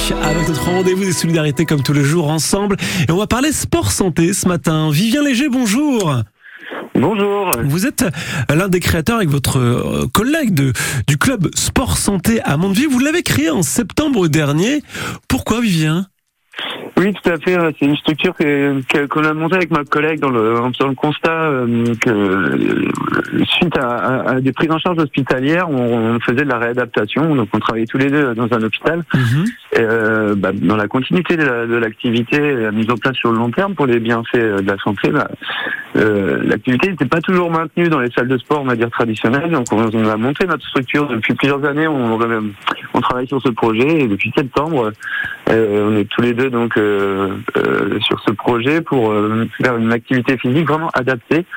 avec notre rendez-vous des solidarités comme tous les jours ensemble. Et on va parler sport santé ce matin. Vivien Léger, bonjour. Bonjour. Vous êtes l'un des créateurs avec votre collègue du club Sport Santé à Mondeville. Vous l'avez créé en septembre dernier. Pourquoi, Vivien ? Oui, tout à fait. C'est une structure qu'on a montée avec ma collègue en faisant le constat que suite à des prises en charge hospitalières, on faisait de la réadaptation. Donc, on travaillait tous les deux dans un hôpital. Et, dans la continuité de l'activité mise en place sur le long terme pour les bienfaits de la santé, l'activité n'était pas toujours maintenue dans les salles de sport, on va dire traditionnelles. Donc, on a monté notre structure depuis plusieurs années. On travaille sur ce projet et depuis septembre, on est tous les deux donc sur ce projet pour faire une activité physique vraiment adaptée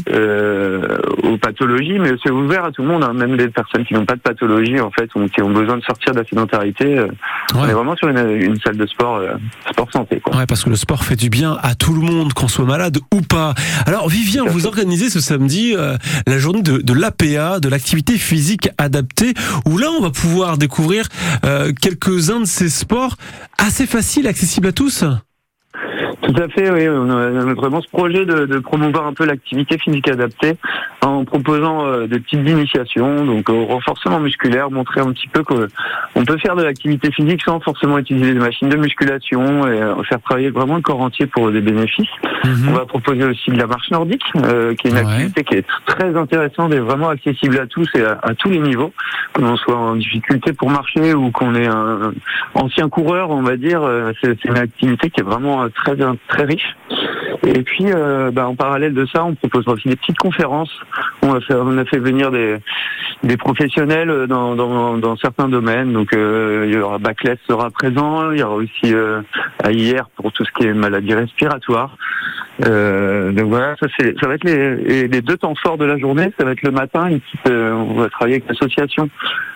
aux pathologies, mais c'est ouvert à tout le monde, hein, même les personnes qui n'ont pas de pathologie en fait, qui ont besoin de sortir de la sédentarité. On est vraiment sur une salle de sport santé, quoi. Ouais, parce que le sport fait du bien à tout le monde, qu'on soit malade ou pas. Alors Vivien, vous organisez ce samedi la journée de l'APA, de l'activité physique adaptée, où là on va pouvoir découvrir quelques-uns de ces sports assez faciles, accessibles à tous. Tout à fait, oui. On a vraiment ce projet de promouvoir un peu l'activité physique adaptée en proposant des petites initiations, donc au renforcement musculaire, montrer un petit peu qu'on peut faire de l'activité physique sans forcément utiliser des machines de musculation et faire travailler vraiment le corps entier pour des bénéfices. On va proposer aussi de la marche nordique, qui est une activité qui est très intéressante et vraiment accessible à tous et à tous les niveaux, que l'on soit en difficulté pour marcher ou qu'on est un ancien coureur, on va dire. C'est une activité qui est vraiment très riche. Et puis, en parallèle de ça, on propose aussi des petites conférences. On a fait venir des professionnels dans certains domaines. Donc, il y aura Baclès sera présent. Il y aura aussi AIR pour tout ce qui est maladie respiratoire. Donc voilà, ça va être les deux temps forts de la journée. Ça va être le matin, on va travailler avec l'association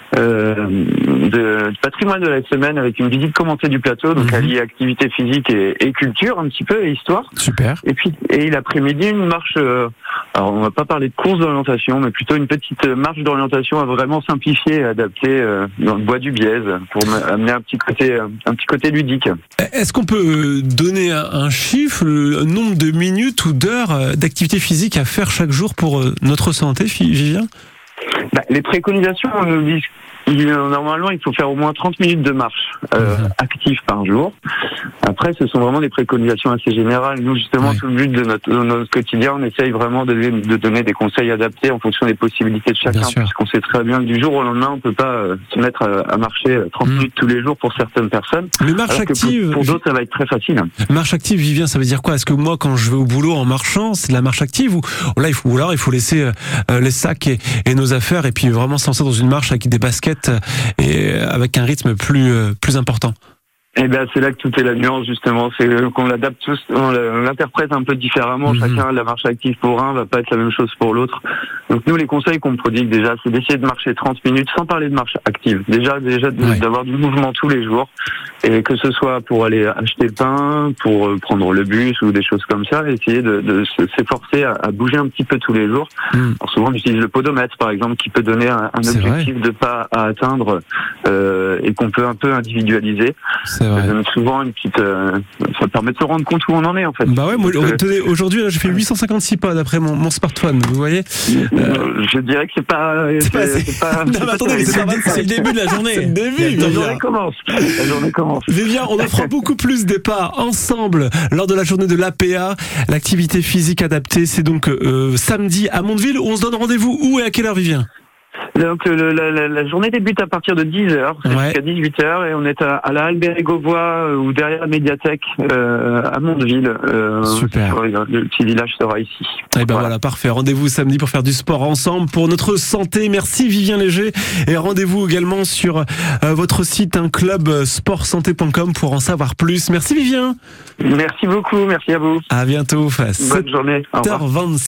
de patrimoine de la semaine avec une visite commentée du plateau, donc allier activité physique et culture un petit peu et histoire. Super. Et l'après-midi une marche. Alors on va pas parler de course d'orientation, mais plutôt une petite marche d'orientation à vraiment simplifier et adapter dans le bois du Bièze pour amener un petit côté ludique. Est-ce qu'on peut donner un chiffre, un nombre de minutes ou d'heures d'activité physique à faire chaque jour pour notre santé, Vivien ? Les préconisations nous disent normalement il faut faire au moins 30 minutes de marche active par jour. Après, ce sont vraiment des préconisations assez générales. Nous, justement, tout le but de notre quotidien, on essaye vraiment de donner des conseils adaptés en fonction des possibilités de chacun, puisqu'on sait très bien que du jour au lendemain, on peut pas se mettre à marcher 30 minutes tous les jours pour certaines personnes. Mais marche active, pour d'autres, ça va être très facile. Marche active, Vivien, ça veut dire quoi ? Est-ce que moi, quand je vais au boulot en marchant, c'est de la marche active ou là, il faut laisser les sacs et nos affaires et puis vraiment se lancer dans une marche avec des baskets et avec un rythme plus important? Eh bien, c'est là que tout est la nuance, justement. C'est qu'on l'adapte tous, on l'interprète un peu différemment. Chacun, la marche active pour un va pas être la même chose pour l'autre. Donc, nous, les conseils qu'on prodigue déjà, c'est d'essayer de marcher 30 minutes sans parler de marche active. Déjà d'avoir du mouvement tous les jours. Et que ce soit pour aller acheter le pain, pour prendre le bus ou des choses comme ça, essayer de s'efforcer à bouger un petit peu tous les jours. Alors, souvent, on utilise le podomètre, par exemple, qui peut donner un objectif de pas à atteindre, et qu'on peut un peu individualiser. Ça donne souvent une petite, ça permet de se rendre compte où on en est, en fait. Bah ouais, moi, tenez, aujourd'hui, là, j'ai fait 856 pas d'après mon smartphone, vous voyez. Je dirais que c'est pas. Non, mais attendez, c'est le début de la journée. C'est le début. La journée commence. Vivien, on en fera beaucoup plus des pas ensemble lors de la journée de l'APA, l'activité physique adaptée. C'est donc samedi à Mondeville. On se donne rendez-vous où et à quelle heure, Vivien ? Donc la journée débute à partir de 10h jusqu'à 18h et on est à la Halle Bérégovois ou derrière la médiathèque à Mondeville. Super. Le petit village sera ici. Et ben voilà, parfait. Rendez-vous samedi pour faire du sport ensemble pour notre santé. Merci Vivien Léger et rendez-vous également sur votre site clubsportsanté.com pour en savoir plus. Merci Vivien. Merci beaucoup, merci à vous. À bientôt. Bonne journée. Au revoir. 7h26.